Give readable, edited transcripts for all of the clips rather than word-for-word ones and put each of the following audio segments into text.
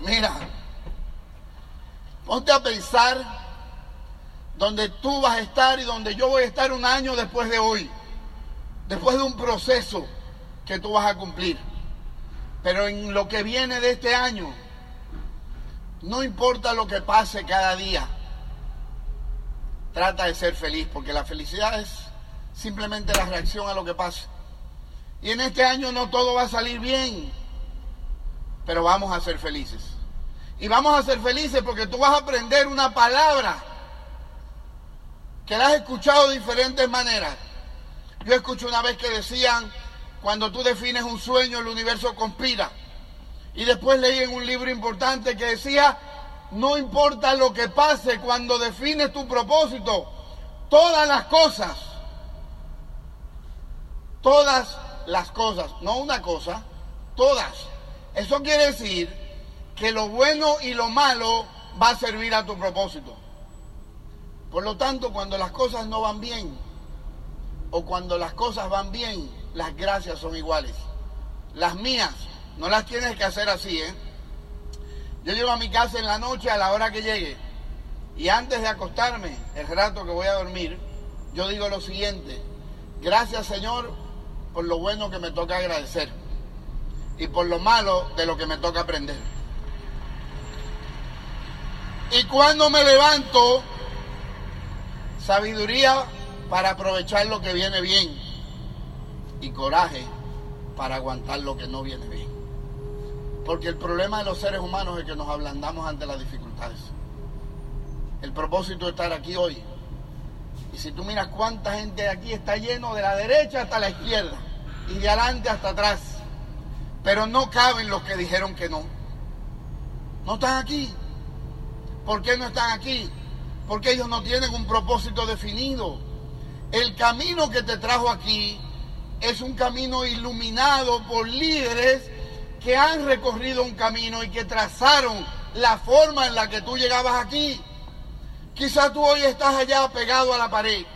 Mira, ponte a pensar donde tú vas a estar y donde yo voy a estar un año después de hoy, después de un proceso que tú vas a cumplir. Pero en lo que viene de este año, no importa lo que pase cada día, trata de ser feliz, porque la felicidad es simplemente la reacción a lo que pasa. Y en este año no todo va a salir bien, pero vamos a ser felices. Y vamos a ser felices porque tú vas a aprender una palabra que la has escuchado de diferentes maneras. Yo escuché una vez que decían, cuando tú defines un sueño, el universo conspira. Y después leí en un libro importante que decía, no importa lo que pase, cuando defines tu propósito, todas las cosas, no una cosa, todas. Eso quiere decir que lo bueno y lo malo va a servir a tu propósito. Por lo tanto, cuando las cosas no van bien, o cuando las cosas van bien, las gracias son iguales. Las mías, no las tienes que hacer así, ¿eh? Yo llego a mi casa en la noche a la hora que llegue, y antes de acostarme, el rato que voy a dormir, yo digo lo siguiente: gracias, Señor, por lo bueno que me toca agradecer, y por lo malo de lo que me toca aprender. Y cuando me levanto, sabiduría para aprovechar lo que viene bien, y coraje para aguantar lo que no viene bien. Porque el problema de los seres humanos es que nos ablandamos ante las dificultades. El propósito de estar aquí hoy, y si tú miras cuánta gente aquí está lleno de la derecha hasta la izquierda, y de adelante hasta atrás, pero no caben los que dijeron que no. No están aquí. ¿Por qué no están aquí? Porque ellos no tienen un propósito definido. El camino que te trajo aquí es un camino iluminado por líderes que han recorrido un camino y que trazaron la forma en la que tú llegabas aquí. Quizás tú hoy estás allá pegado a la pared.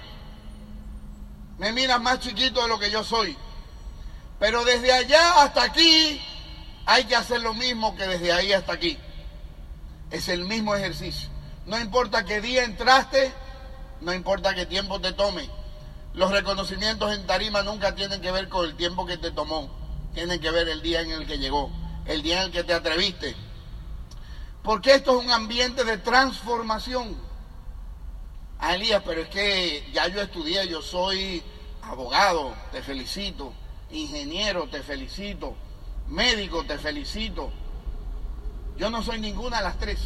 Me miras más chiquito de lo que yo soy. Pero desde allá hasta aquí hay que hacer lo mismo que desde ahí hasta aquí. Es el mismo ejercicio. No importa qué día entraste, no importa qué tiempo te tome. Los reconocimientos en tarima nunca tienen que ver con el tiempo que te tomó. Tienen que ver el día en el que llegó, el día en el que te atreviste. Porque esto es un ambiente de transformación. Ah, Elías, pero es que ya yo estudié, yo soy abogado, te felicito. Ingeniero, te felicito. Médico, te felicito. Yo no soy ninguna de las tres.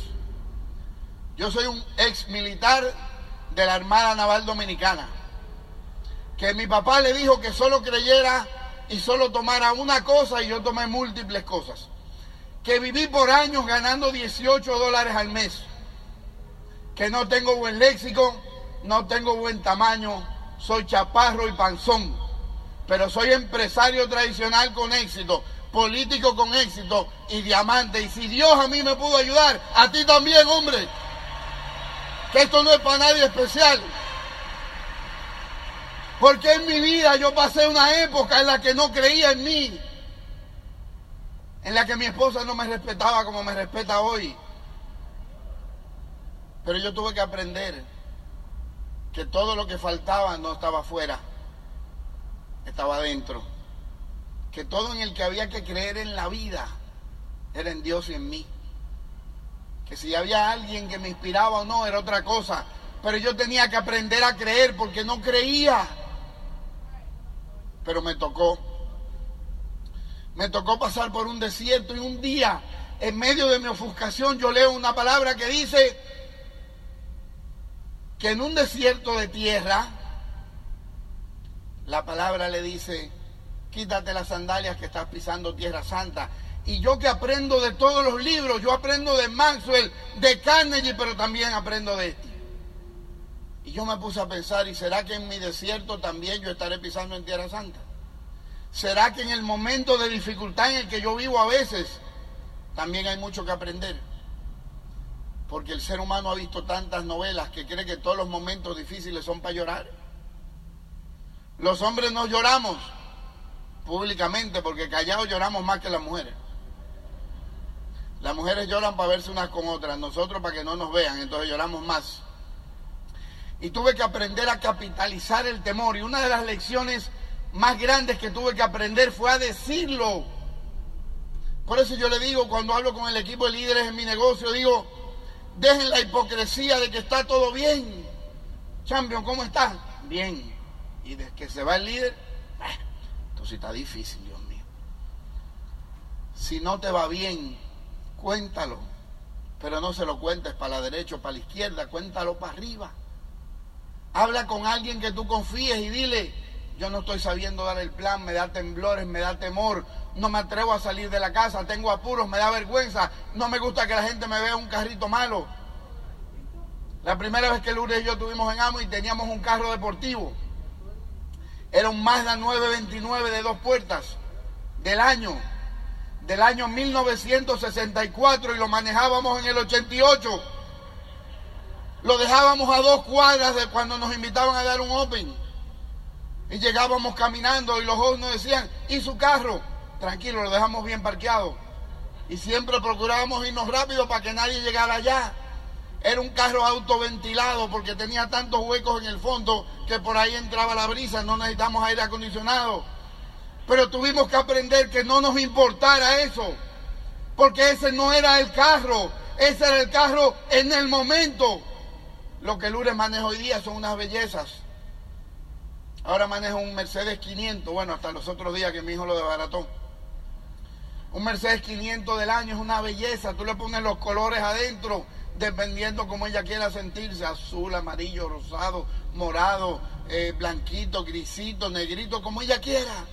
Yo soy un ex militar de la Armada Naval Dominicana, que mi papá le dijo que solo creyera y solo tomara una cosa, y yo tomé múltiples cosas. Que viví por años ganando $18 al mes, que no tengo buen léxico, no tengo buen tamaño, soy chaparro y panzón, pero soy empresario tradicional con éxito, político con éxito y diamante. Y si Dios a mí me pudo ayudar, a ti también, hombre. Que esto no es para nadie especial. Porque en mi vida yo pasé una época en la que no creía en mí, en la que mi esposa no me respetaba como me respeta hoy. Pero yo tuve que aprender que todo lo que faltaba no estaba afuera, estaba adentro. Que todo en el que había que creer en la vida era en Dios y en mí. Que si había alguien que me inspiraba o no era otra cosa, pero yo tenía que aprender a creer porque no creía. Pero me tocó pasar por un desierto, y un día, en medio de mi ofuscación, yo leo una palabra que dice que en un desierto de tierra, la palabra le dice: quítate las sandalias que estás pisando tierra santa. Y yo, que aprendo de todos los libros, yo aprendo de Maxwell, de Carnegie, pero también aprendo de este. Y yo me puse a pensar, ¿y será que en mi desierto también yo estaré pisando en tierra santa? ¿Será que en el momento de dificultad en el que yo vivo a veces también hay mucho que aprender? Porque el ser humano ha visto tantas novelas que cree que todos los momentos difíciles son para llorar. Los hombres no lloramos públicamente porque callados lloramos más que las mujeres. Las mujeres lloran para verse unas con otras, nosotros para que no nos vean, entonces lloramos más. Y tuve que aprender a capitalizar el temor. Y una de las lecciones más grandes que tuve que aprender fue a decirlo. Por eso yo le digo, cuando hablo con el equipo de líderes en mi negocio, digo, dejen la hipocresía de que está todo bien. Champion, ¿cómo estás? Bien. Y desde que se va el líder, esto sí está difícil, Dios mío. Si no te va bien, cuéntalo. Pero no se lo cuentes para la derecha o para la izquierda, cuéntalo para arriba. Habla con alguien que tú confíes y dile, yo no estoy sabiendo dar el plan, me da temblores, me da temor, no me atrevo a salir de la casa, tengo apuros, me da vergüenza, no me gusta que la gente me vea un carrito malo. La primera vez que Lourdes y yo estuvimos en Amo y teníamos un carro deportivo, era un Mazda 929 de 2 puertas, del año 1964, y lo manejábamos en el 88. Lo dejábamos a 2 cuadras de cuando nos invitaban a dar un open. Y llegábamos caminando y los jóvenes nos decían, ¿y su carro? Tranquilo, lo dejamos bien parqueado. Y siempre procurábamos irnos rápido para que nadie llegara allá. Era un carro autoventilado porque tenía tantos huecos en el fondo que por ahí entraba la brisa, no necesitamos aire acondicionado. Pero tuvimos que aprender que no nos importara eso, porque ese no era el carro, ese era el carro en el momento. Lo que Lourdes maneja hoy día son unas bellezas. Ahora manejo un Mercedes 500, bueno, hasta los otros días que mi hijo lo desbarató. Un Mercedes 500 del año es una belleza, tú le pones los colores adentro, dependiendo como ella quiera sentirse, azul, amarillo, rosado, morado, blanquito, grisito, negrito, como ella quiera.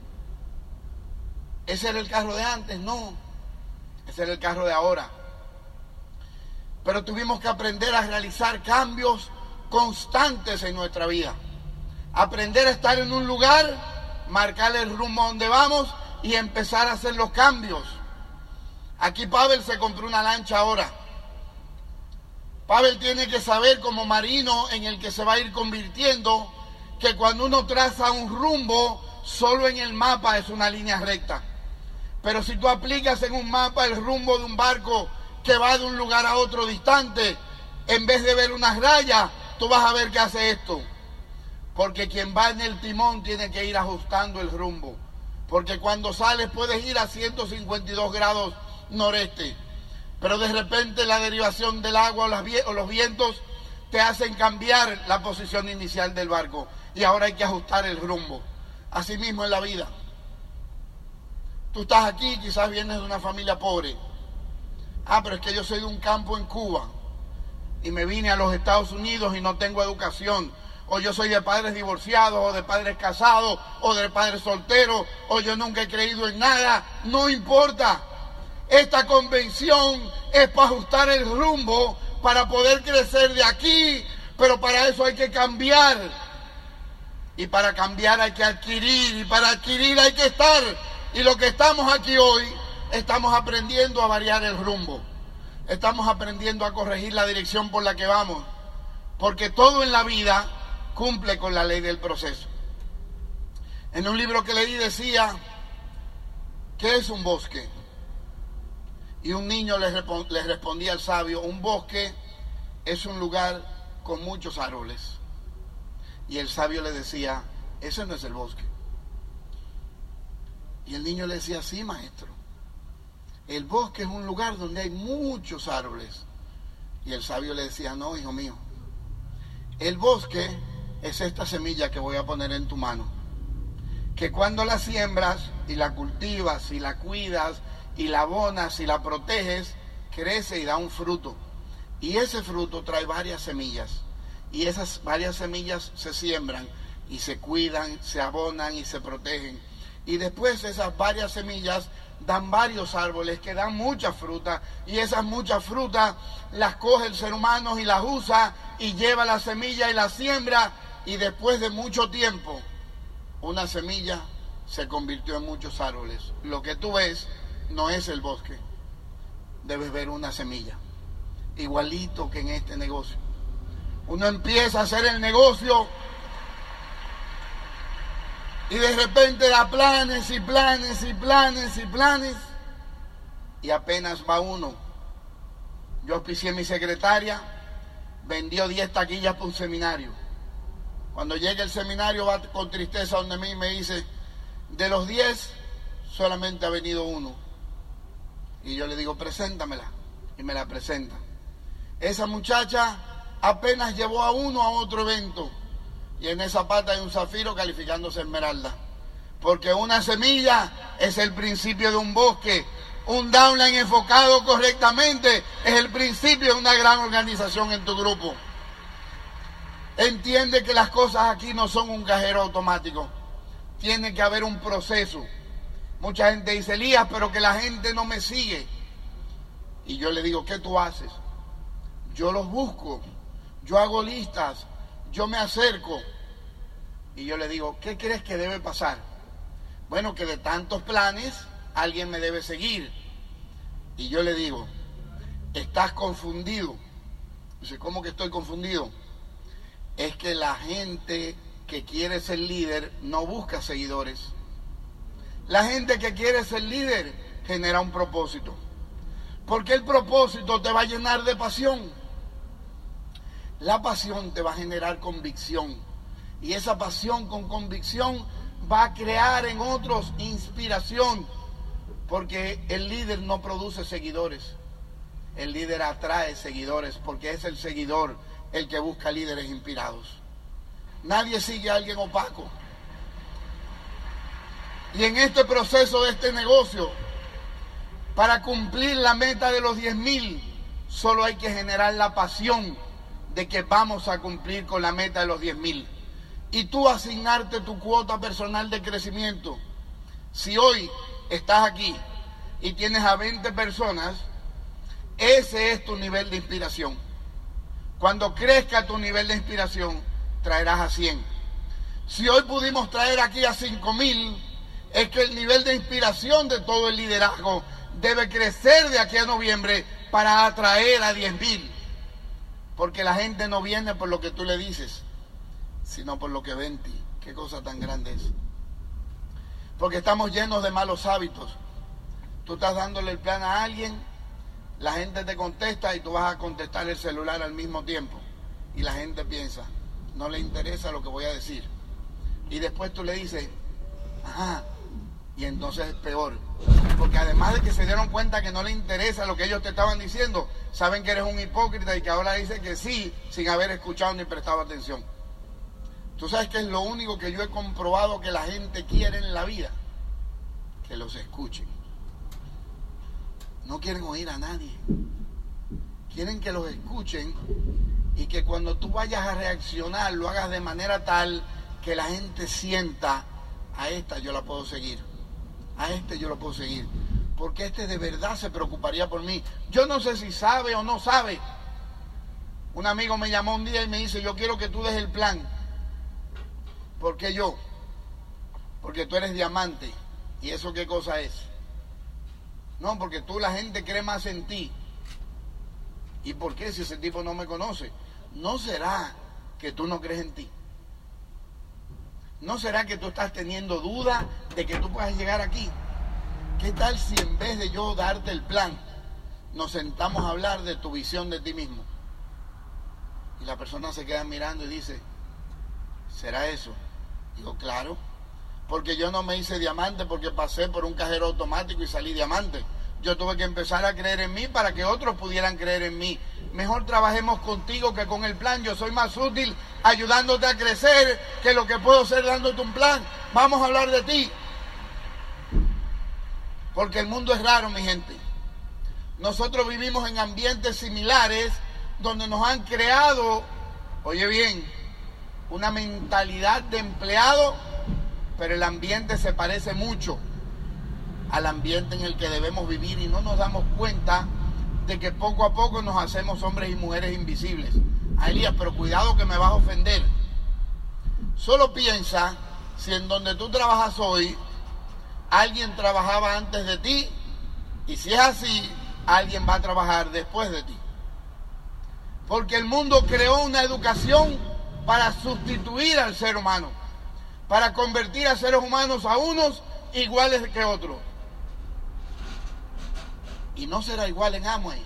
¿Ese era el carro de antes? No, ese era el carro de ahora. Pero tuvimos que aprender a realizar cambios constantes en nuestra vida. Aprender a estar en un lugar, marcar el rumbo a donde vamos y empezar a hacer los cambios. Aquí Pavel se compró una lancha ahora. Pavel tiene que saber como marino en el que se va a ir convirtiendo, que cuando uno traza un rumbo, solo en el mapa es una línea recta. Pero si tú aplicas en un mapa el rumbo de un barco que va de un lugar a otro distante, en vez de ver unas rayas, tú vas a ver que hace esto. Porque quien va en el timón tiene que ir ajustando el rumbo. Porque cuando sales puedes ir a 152 grados noreste. Pero de repente la derivación del agua o los vientos te hacen cambiar la posición inicial del barco. Y ahora hay que ajustar el rumbo. Así mismo en la vida. Tú estás aquí, quizás vienes de una familia pobre. Ah, pero es que yo soy de un campo en Cuba y me vine a los Estados Unidos y no tengo educación. O yo soy de padres divorciados, o de padres casados, o de padres solteros, o yo nunca he creído en nada. No importa. Esta convención es para ajustar el rumbo, para poder crecer de aquí, pero para eso hay que cambiar. Y para cambiar hay que adquirir, y para adquirir hay que estar. Y lo que estamos aquí hoy, estamos aprendiendo a variar el rumbo. Estamos aprendiendo a corregir la dirección por la que vamos. Porque todo en la vida cumple con la ley del proceso. En un libro que leí decía, ¿qué es un bosque? Y un niño le respondía al sabio, un bosque es un lugar con muchos árboles. Y el sabio le decía, ese no es el bosque. Y el niño le decía, sí, maestro. El bosque es un lugar donde hay muchos árboles. Y el sabio le decía, no, hijo mío. El bosque es esta semilla que voy a poner en tu mano. Que cuando la siembras y la cultivas y la cuidas y la abonas y la proteges, crece y da un fruto. Y ese fruto trae varias semillas. Y esas varias semillas se siembran y se cuidan, se abonan y se protegen. Y después esas varias semillas dan varios árboles que dan mucha fruta. Y esas muchas frutas las coge el ser humano y las usa y lleva la semilla y la siembra. Y después de mucho tiempo, una semilla se convirtió en muchos árboles. Lo que tú ves no es el bosque. Debes ver una semilla. Igualito que en este negocio. Uno empieza a hacer el negocio y de repente da planes y planes y planes y planes. y apenas va uno. Yo auspicié a mi secretaria, vendió 10 taquillas para un seminario. Cuando llega el seminario va con tristeza donde mí y me dice, de los 10 solamente ha venido uno. Y yo le digo, preséntamela. Y me la presenta. Esa muchacha apenas llevó a uno a otro evento. Y en esa pata hay un zafiro calificándose esmeralda. Porque una semilla es el principio de un bosque. Un downline enfocado correctamente es el principio de una gran organización en tu grupo. Entiende que las cosas aquí no son un cajero automático. Tiene que haber un proceso. Mucha gente dice, Elías, pero que la gente no me sigue. Y yo le digo, ¿qué tú haces? Yo los busco, yo hago listas, yo me acerco. Y yo le digo, ¿qué crees que debe pasar? Bueno, que de tantos planes, alguien me debe seguir. Y yo le digo, estás confundido. Dice, ¿cómo que estoy confundido? Es que la gente que quiere ser líder no busca seguidores. La gente que quiere ser líder genera un propósito. Porque el propósito te va a llenar de pasión. La pasión te va a generar convicción. Y esa pasión con convicción va a crear en otros inspiración. Porque el líder no produce seguidores. El líder atrae seguidores porque es el seguidor el que busca líderes inspirados. Nadie sigue a alguien opaco. Y en este proceso de este negocio, para cumplir la meta de los 10,000, solo hay que generar la pasión de que vamos a cumplir con la meta de los 10,000. Y tú asignarte tu cuota personal de crecimiento. Si hoy estás aquí y tienes a 20 personas, ese es tu nivel de inspiración. Cuando crezca tu nivel de inspiración, traerás a 100. Si hoy pudimos traer aquí a 5,000, es que el nivel de inspiración de todo el liderazgo debe crecer de aquí a noviembre para atraer a 10,000. Porque la gente no viene por lo que tú le dices, sino por lo que ve en ti. Qué cosa tan grande es. Porque estamos llenos de malos hábitos. Tú estás dándole el plan a alguien, la gente te contesta y tú vas a contestar el celular al mismo tiempo. Y la gente piensa, no le interesa lo que voy a decir. Y después tú le dices, ajá, y entonces es peor. Porque además de que se dieron cuenta que no le interesa lo que ellos te estaban diciendo, saben que eres un hipócrita y que ahora dice que sí, sin haber escuchado ni prestado atención. Tú sabes que es lo único que yo he comprobado que la gente quiere en la vida, que los escuchen. No quieren oír a nadie. Quieren que los escuchen y que cuando tú vayas a reaccionar lo hagas de manera tal que la gente sienta, a esta yo la puedo seguir, a este yo lo puedo seguir, porque este de verdad se preocuparía por mí. Yo no sé si sabe o no sabe. Un amigo me llamó un día y me dice, yo quiero que tú des el plan. ¿Por qué yo? Porque tú eres diamante. ¿Y eso qué cosa es? No, porque tú, la gente cree más en ti. ¿Y por qué si ese tipo no me conoce? ¿No será que tú no crees en ti? ¿No será que tú estás teniendo duda de que tú puedas llegar aquí? ¿Qué tal si en vez de yo darte el plan, nos sentamos a hablar de tu visión de ti mismo? Y la persona se queda mirando y dice, ¿será eso? Digo, claro, porque yo no me hice diamante porque pasé por un cajero automático y salí diamante. Yo tuve que empezar a creer en mí para que otros pudieran creer en mí. Mejor trabajemos contigo que con el plan. Yo soy más útil ayudándote a crecer que lo que puedo ser dándote un plan. Vamos a hablar de ti. Porque el mundo es raro, mi gente. Nosotros vivimos en ambientes similares donde nos han creado, oye bien, una mentalidad de empleado, pero el ambiente se parece mucho al ambiente en el que debemos vivir y no nos damos cuenta de que poco a poco nos hacemos hombres y mujeres invisibles. Ah, Elías, pero cuidado que me vas a ofender. Solo piensa si en donde tú trabajas hoy alguien trabajaba antes de ti, y si es así, alguien va a trabajar después de ti. Porque el mundo creó una educación para sustituir al ser humano, para convertir a seres humanos a unos iguales que otros. ¿Y no será igual en Amway?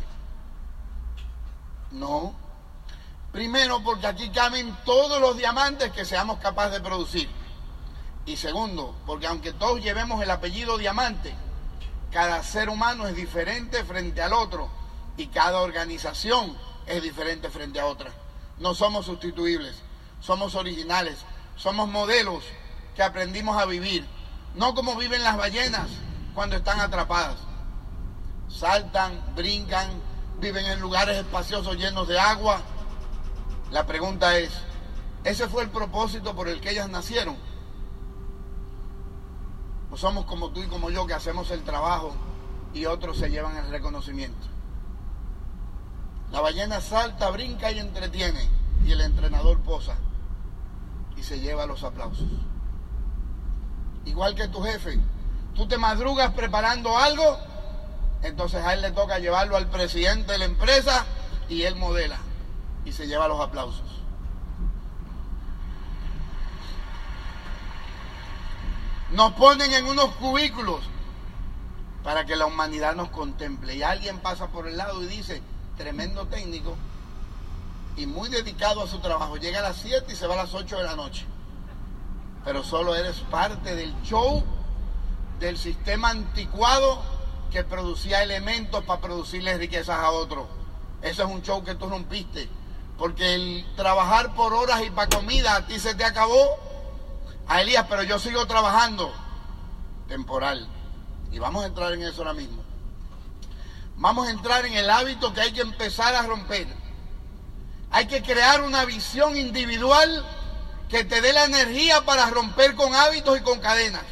No. Primero, porque aquí caben todos los diamantes que seamos capaces de producir. Y segundo, porque aunque todos llevemos el apellido Diamante, cada ser humano es diferente frente al otro y cada organización es diferente frente a otra. No somos sustituibles, somos originales, somos modelos que aprendimos a vivir, no como viven las ballenas cuando están atrapadas. Saltan, brincan, viven en lugares espaciosos llenos de agua. La pregunta es, ¿ese fue el propósito por el que ellas nacieron? ¿O somos como tú y como yo que hacemos el trabajo y otros se llevan el reconocimiento? La ballena salta, brinca y entretiene, y el entrenador posa y se lleva los aplausos. Igual que tu jefe, tú te madrugas preparando algo, entonces a él le toca llevarlo al presidente de la empresa y él modela y se lleva los aplausos. Nos ponen en unos cubículos para que la humanidad nos contemple. Y alguien pasa por el lado y dice, tremendo técnico y muy dedicado a su trabajo. Llega a las 7 y se va a las 8 de la noche. Pero solo eres parte del show del sistema anticuado que producía elementos para producirle riquezas a otros. Ese es un show que tú rompiste. Porque el trabajar por horas y para comida a ti se te acabó. A Elías, pero yo sigo trabajando. Temporal. Y vamos a entrar en eso ahora mismo. Vamos a entrar en el hábito que hay que empezar a romper. Hay que crear una visión individual que te dé la energía para romper con hábitos y con cadenas.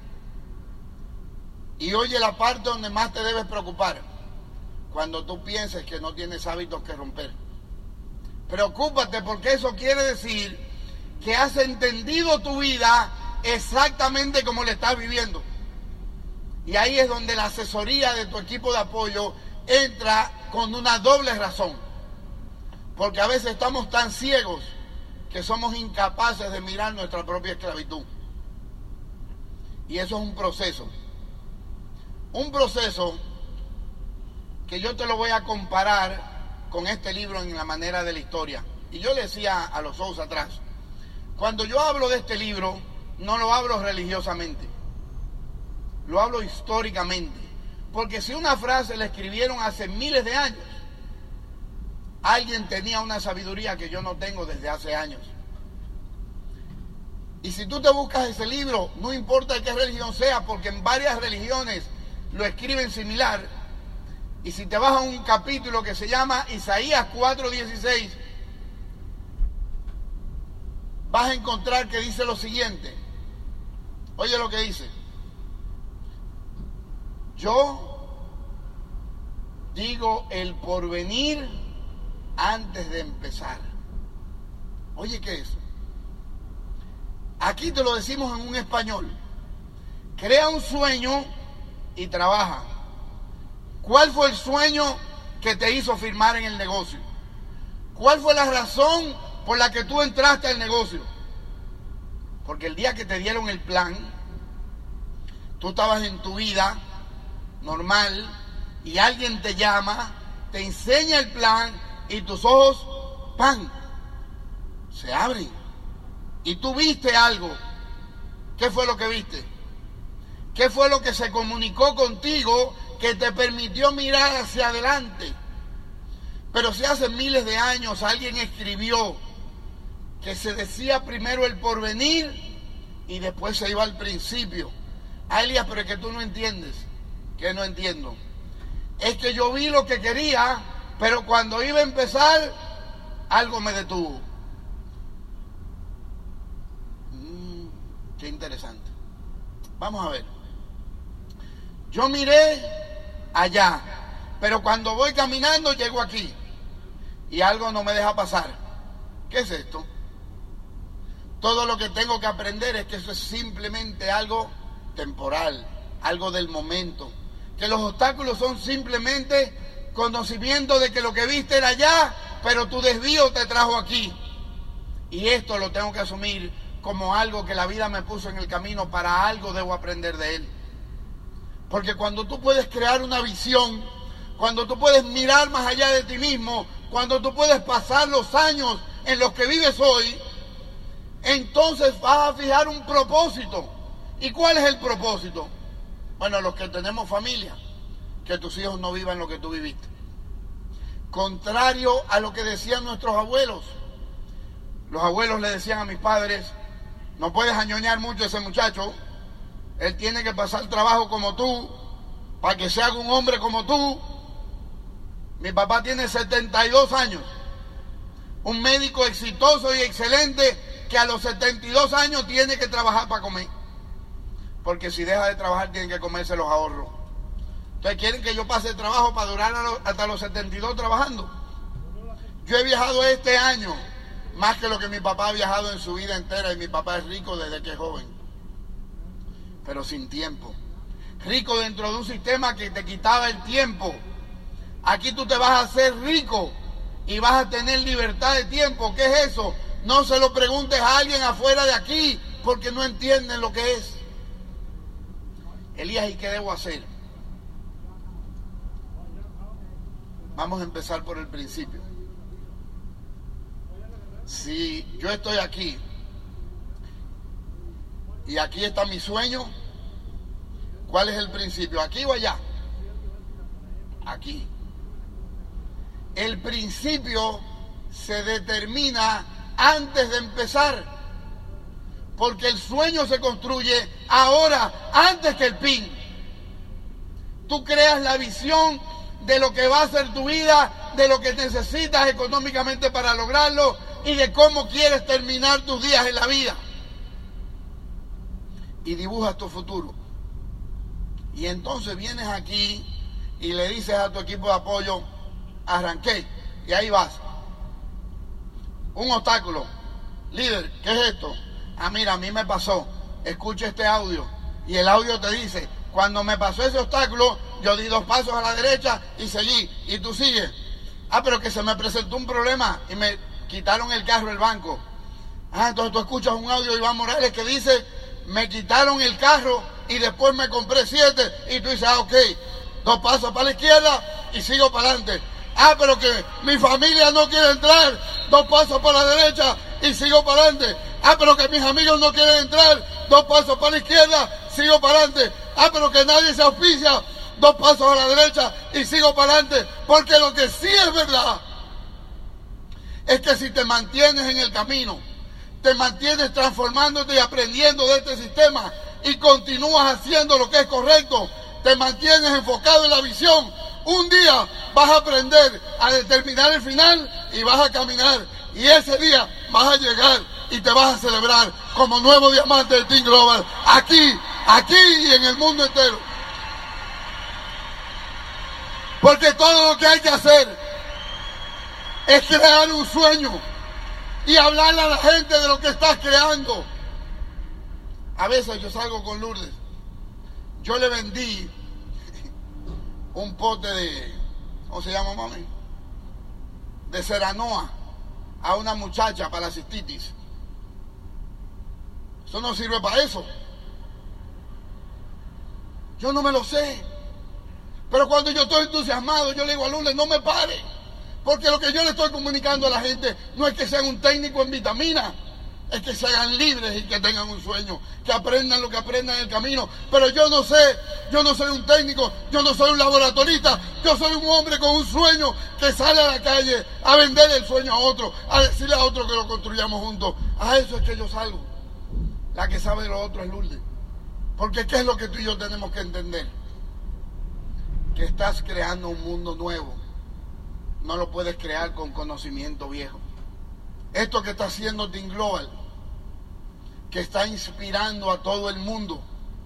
Y oye la parte donde más te debes preocupar. Cuando tú pienses que no tienes hábitos que romper. Preocúpate porque eso quiere decir que has entendido tu vida exactamente como la estás viviendo. Y ahí es donde la asesoría de tu equipo de apoyo entra con una doble razón. Porque a veces estamos tan ciegos que somos incapaces de mirar nuestra propia esclavitud. Y eso es un proceso. Un proceso que yo te lo voy a comparar con este libro en la manera de la historia. Y yo le decía a los ojos atrás, cuando yo hablo de este libro, no lo hablo religiosamente, lo hablo históricamente. Porque si una frase la escribieron hace miles de años, alguien tenía una sabiduría que yo no tengo desde hace años. Y si tú te buscas ese libro, no importa de qué religión sea, porque en varias religiones lo escriben similar. Y si te vas a un capítulo que se llama Isaías 4:16, vas a encontrar que dice lo siguiente. Oye lo que dice. Yo digo el porvenir antes de empezar. Oye, ¿qué es eso? Aquí te lo decimos en un español. Crea un sueño y trabaja. ¿Cuál fue el sueño que te hizo firmar en el negocio? ¿Cuál fue la razón por la que tú entraste al negocio? Porque el día que te dieron el plan, tú estabas en tu vida normal y alguien te llama, te enseña el plan y tus ojos, ¡pam!, se abren. Y tú viste algo. ¿Qué fue lo que viste? ¿Qué fue lo que se comunicó contigo que te permitió mirar hacia adelante? Pero si hace miles de años alguien escribió que se decía primero el porvenir y después se iba al principio. Ah, Elías, pero es que tú no entiendes. ¿Qué no entiendo? Es que yo vi lo que quería, pero cuando iba a empezar, algo me detuvo. Qué interesante. Vamos a ver. Yo miré allá, pero cuando voy caminando llego aquí y algo no me deja pasar. ¿Qué es esto? Todo lo que tengo que aprender es que eso es simplemente algo temporal, algo del momento. Que los obstáculos son simplemente conocimiento de que lo que viste era allá, pero tu desvío te trajo aquí. Y esto lo tengo que asumir como algo que la vida me puso en el camino, para algo debo aprender de él. Porque cuando tú puedes crear una visión, cuando tú puedes mirar más allá de ti mismo, cuando tú puedes pasar los años en los que vives hoy, entonces vas a fijar un propósito. ¿Y cuál es el propósito? Bueno, los que tenemos familia, que tus hijos no vivan lo que tú viviste. Contrario a lo que decían nuestros abuelos. Los abuelos le decían a mis padres, no puedes añoñar mucho a ese muchacho, él tiene que pasar trabajo como tú, para que se haga un hombre como tú. Mi papá tiene 72 años, un médico exitoso y excelente que a los 72 años tiene que trabajar para comer. Porque si deja de trabajar tiene que comerse los ahorros. Entonces quieren que yo pase trabajo para durar hasta los 72 trabajando. Yo he viajado este año más que lo que mi papá ha viajado en su vida entera, y mi papá es rico desde que es joven, pero sin tiempo. Rico dentro de un sistema que te quitaba el tiempo. Aquí tú te vas a hacer rico y vas a tener libertad de tiempo. ¿Qué es eso? No se lo preguntes a alguien afuera de aquí, porque no entienden lo que es. Elías, ¿y qué debo hacer? Vamos a empezar por el principio. Si yo estoy aquí y aquí está mi sueño, ¿cuál es el principio? ¿Aquí o allá? Aquí. El principio se determina antes de empezar. Porque el sueño se construye ahora, antes que el fin. Tú creas la visión de lo que va a ser tu vida, de lo que necesitas económicamente para lograrlo y de cómo quieres terminar tus días en la vida. Y dibujas tu futuro. Y entonces vienes aquí y le dices a tu equipo de apoyo, arranqué, y ahí vas. Un obstáculo. Líder, ¿qué es esto? Ah, mira, a mí me pasó, escucha este audio, y el audio te dice, cuando me pasó ese obstáculo, yo di 2 pasos a la derecha y seguí, y tú sigues. Ah, pero que se me presentó un problema y me quitaron el carro del banco. Ah, entonces tú escuchas un audio de Iván Morales que dice, me quitaron el carro y después me compré 7, y tú dices, ah, ok, 2 pasos para la izquierda y sigo para adelante. Ah, pero que mi familia no quiere entrar, 2 pasos para la derecha y sigo para adelante. Ah, pero que mis amigos no quieren entrar, 2 pasos para la izquierda, sigo para adelante. Ah, pero que nadie se auspicia, 2 pasos a la derecha y sigo para adelante. Porque lo que sí es verdad es que si te mantienes en el camino, te mantienes transformándote y aprendiendo de este sistema y continúas haciendo lo que es correcto, te mantienes enfocado en la visión, un día vas a aprender a determinar el final y vas a caminar, y ese día vas a llegar y te vas a celebrar como nuevo diamante de Team Global, aquí y en el mundo entero. Porque todo lo que hay que hacer es crear un sueño y hablarle a la gente de lo que estás creando. A veces yo salgo con Lourdes, yo le vendí un pote de, ¿cómo se llama, mami? De Seranoa a una muchacha para la cistitis. Eso no sirve para eso. Yo no me lo sé. Pero cuando yo estoy entusiasmado, yo le digo a Lourdes, no me pare. Porque lo que yo le estoy comunicando a la gente no es que sean un técnico en vitamina, es que se hagan libres y que tengan un sueño, que aprendan lo que aprendan en el camino. Pero yo no sé, yo no soy un técnico, yo no soy un laboratorista, yo soy un hombre con un sueño que sale a la calle a vender el sueño a otro, a decirle a otro que lo construyamos juntos. A eso es que yo salgo. La que sabe de lo otro es Lourdes. Porque ¿qué es lo que tú y yo tenemos que entender? Que estás creando un mundo nuevo. No lo puedes crear con conocimiento viejo. Esto que está haciendo Team Global, que está inspirando a todo el mundo,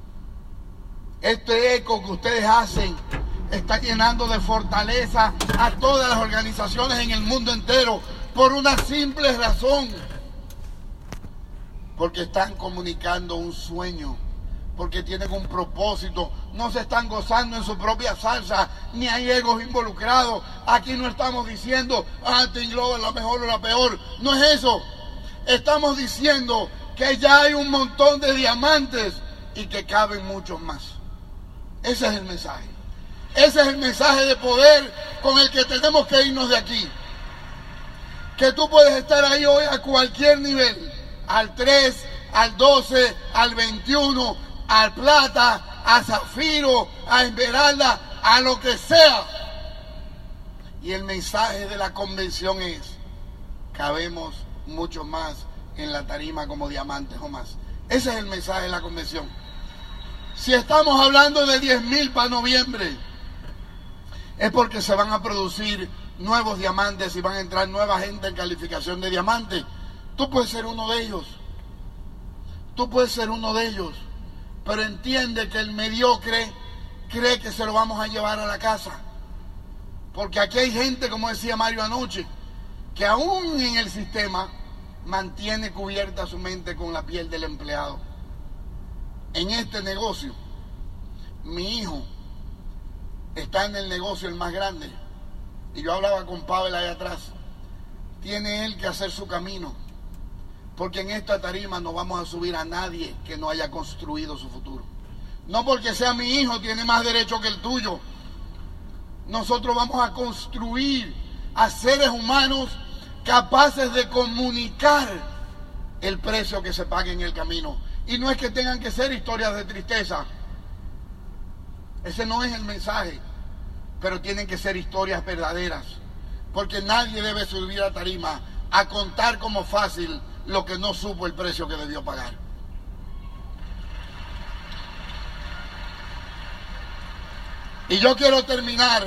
este eco que ustedes hacen, está llenando de fortaleza a todas las organizaciones en el mundo entero, por una simple razón. Porque están comunicando un sueño, porque tienen un propósito, no se están gozando en su propia salsa, ni hay egos involucrados. Aquí no estamos diciendo, Team Global la mejor o la peor, no es eso. Estamos diciendo que ya hay un montón de diamantes y que caben muchos más. Ese es el mensaje. Ese es el mensaje de poder con el que tenemos que irnos de aquí. Que tú puedes estar ahí hoy a cualquier nivel, al 3, al 12, al 21, al plata, a zafiro, a esmeralda, a lo que sea. Y el mensaje de la convención es: cabemos mucho más en la tarima como diamantes o más. Ese es el mensaje de la convención. Si estamos hablando de 10.000 para noviembre, es porque se van a producir nuevos diamantes y van a entrar nueva gente en calificación de diamante. Tú puedes ser uno de ellos. Tú puedes ser uno de ellos. Pero entiende que el mediocre cree que se lo vamos a llevar a la casa. Porque aquí hay gente, como decía Mario anoche, que aún en el sistema mantiene cubierta su mente con la piel del empleado. En este negocio, mi hijo está en el negocio el más grande. Y yo hablaba con Pavel ahí atrás. Tiene él que hacer su camino. Porque en esta tarima no vamos a subir a nadie que no haya construido su futuro. No porque sea mi hijo tiene más derecho que el tuyo. Nosotros vamos a construir a seres humanos capaces de comunicar el precio que se pague en el camino. Y no es que tengan que ser historias de tristeza. Ese no es el mensaje. Pero tienen que ser historias verdaderas. Porque nadie debe subir a tarima a contar como fácil lo que no supo el precio que debió pagar. Y yo quiero terminar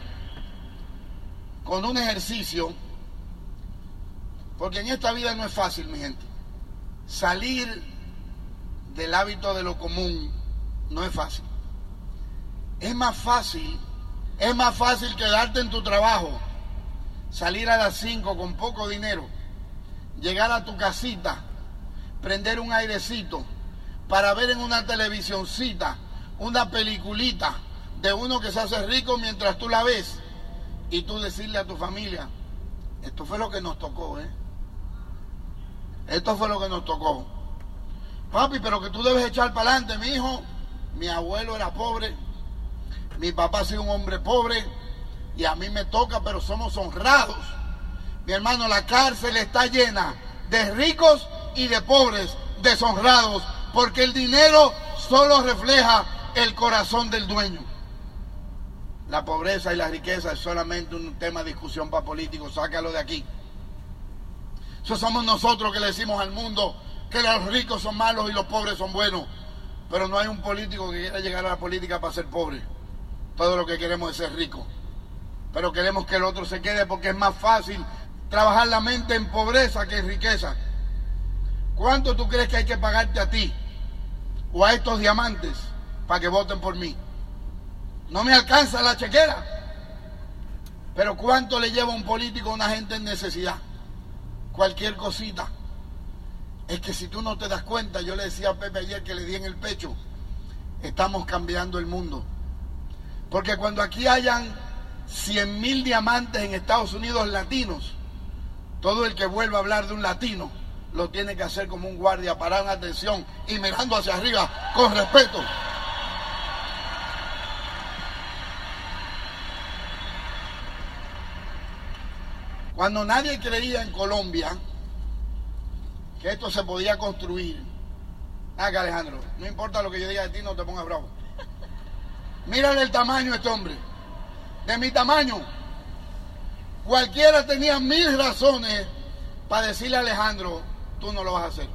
con un ejercicio, porque en esta vida no es fácil, mi gente. Salir del hábito de lo común no es fácil. Es más fácil quedarte en tu trabajo, salir a las 5 con poco dinero, llegar a tu casita, prender un airecito para ver en una televisioncita una peliculita de uno que se hace rico mientras tú la ves, y tú decirle a tu familia: esto fue lo que nos tocó, esto fue lo que nos tocó. Papi, pero que tú debes echar para adelante, mi hijo. Mi abuelo era pobre, mi papá ha sido un hombre pobre, y a mí me toca, pero somos honrados. Mi hermano, la cárcel está llena de ricos y de pobres deshonrados, porque el dinero solo refleja el corazón del dueño. La pobreza y la riqueza es solamente un tema de discusión para políticos. Sácalo de aquí. Eso somos nosotros que le decimos al mundo que los ricos son malos y los pobres son buenos. Pero no hay un político que quiera llegar a la política para ser pobre. Todo lo que queremos es ser rico. Pero queremos que el otro se quede porque es más fácil trabajar la mente en pobreza que en riqueza. ¿Cuánto tú crees que hay que pagarte a ti o a estos diamantes para que voten por mí? No me alcanza la chequera. Pero ¿cuánto le lleva un político a una gente en necesidad? Cualquier cosita. Es que si tú no te das cuenta, yo le decía a Pepe ayer que le di en el pecho, estamos cambiando el mundo. Porque cuando aquí hayan 100.000 diamantes en Estados Unidos latinos, todo el que vuelva a hablar de un latino lo tiene que hacer como un guardia, parar en atención y mirando hacia arriba con respeto. Cuando nadie creía en Colombia que esto se podía construir, acá Alejandro, no importa lo que yo diga de ti, no te pongas bravo. Mírale el tamaño a este hombre. De mi tamaño. Cualquiera tenía 1000 razones para decirle a Alejandro: tú no lo vas a hacer.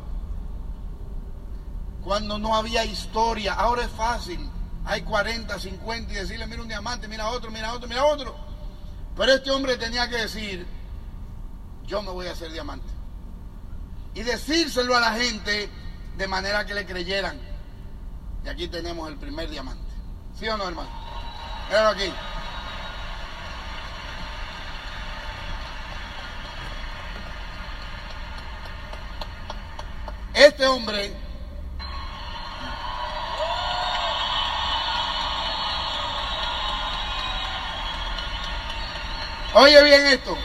Cuando no había historia. Ahora es fácil. Hay 40, 50 y decirle: mira un diamante, mira otro, mira otro, mira otro. Pero este hombre tenía que decir: yo me voy a hacer diamante. Y decírselo a la gente de manera que le creyeran. Y aquí tenemos el primer diamante. ¿Sí o no, hermano? Míralo aquí. Este hombre oye bien esto.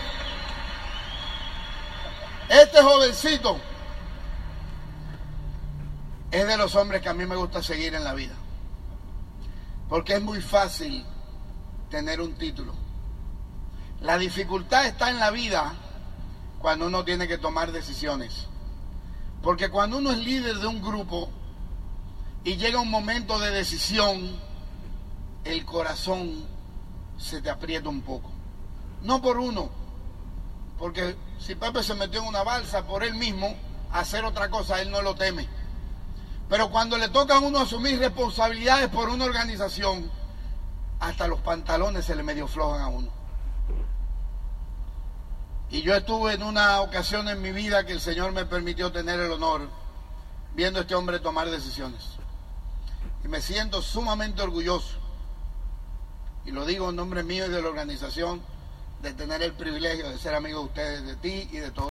Este jovencito es de los hombres que a mí me gusta seguir en la vida. Porque es muy fácil tener un título. La dificultad está en la vida cuando uno tiene que tomar decisiones. Porque cuando uno es líder de un grupo y llega un momento de decisión, el corazón se te aprieta un poco. No por uno, porque si Pepe se metió en una balsa por él mismo a hacer otra cosa, él no lo teme. Pero cuando le toca a uno asumir responsabilidades por una organización, hasta los pantalones se le medio flojan a uno. Y yo estuve en una ocasión en mi vida que el Señor me permitió tener el honor viendo a este hombre tomar decisiones. Y me siento sumamente orgulloso, y lo digo en nombre mío y de la organización, de tener el privilegio de ser amigo de ustedes, de ti y de todos.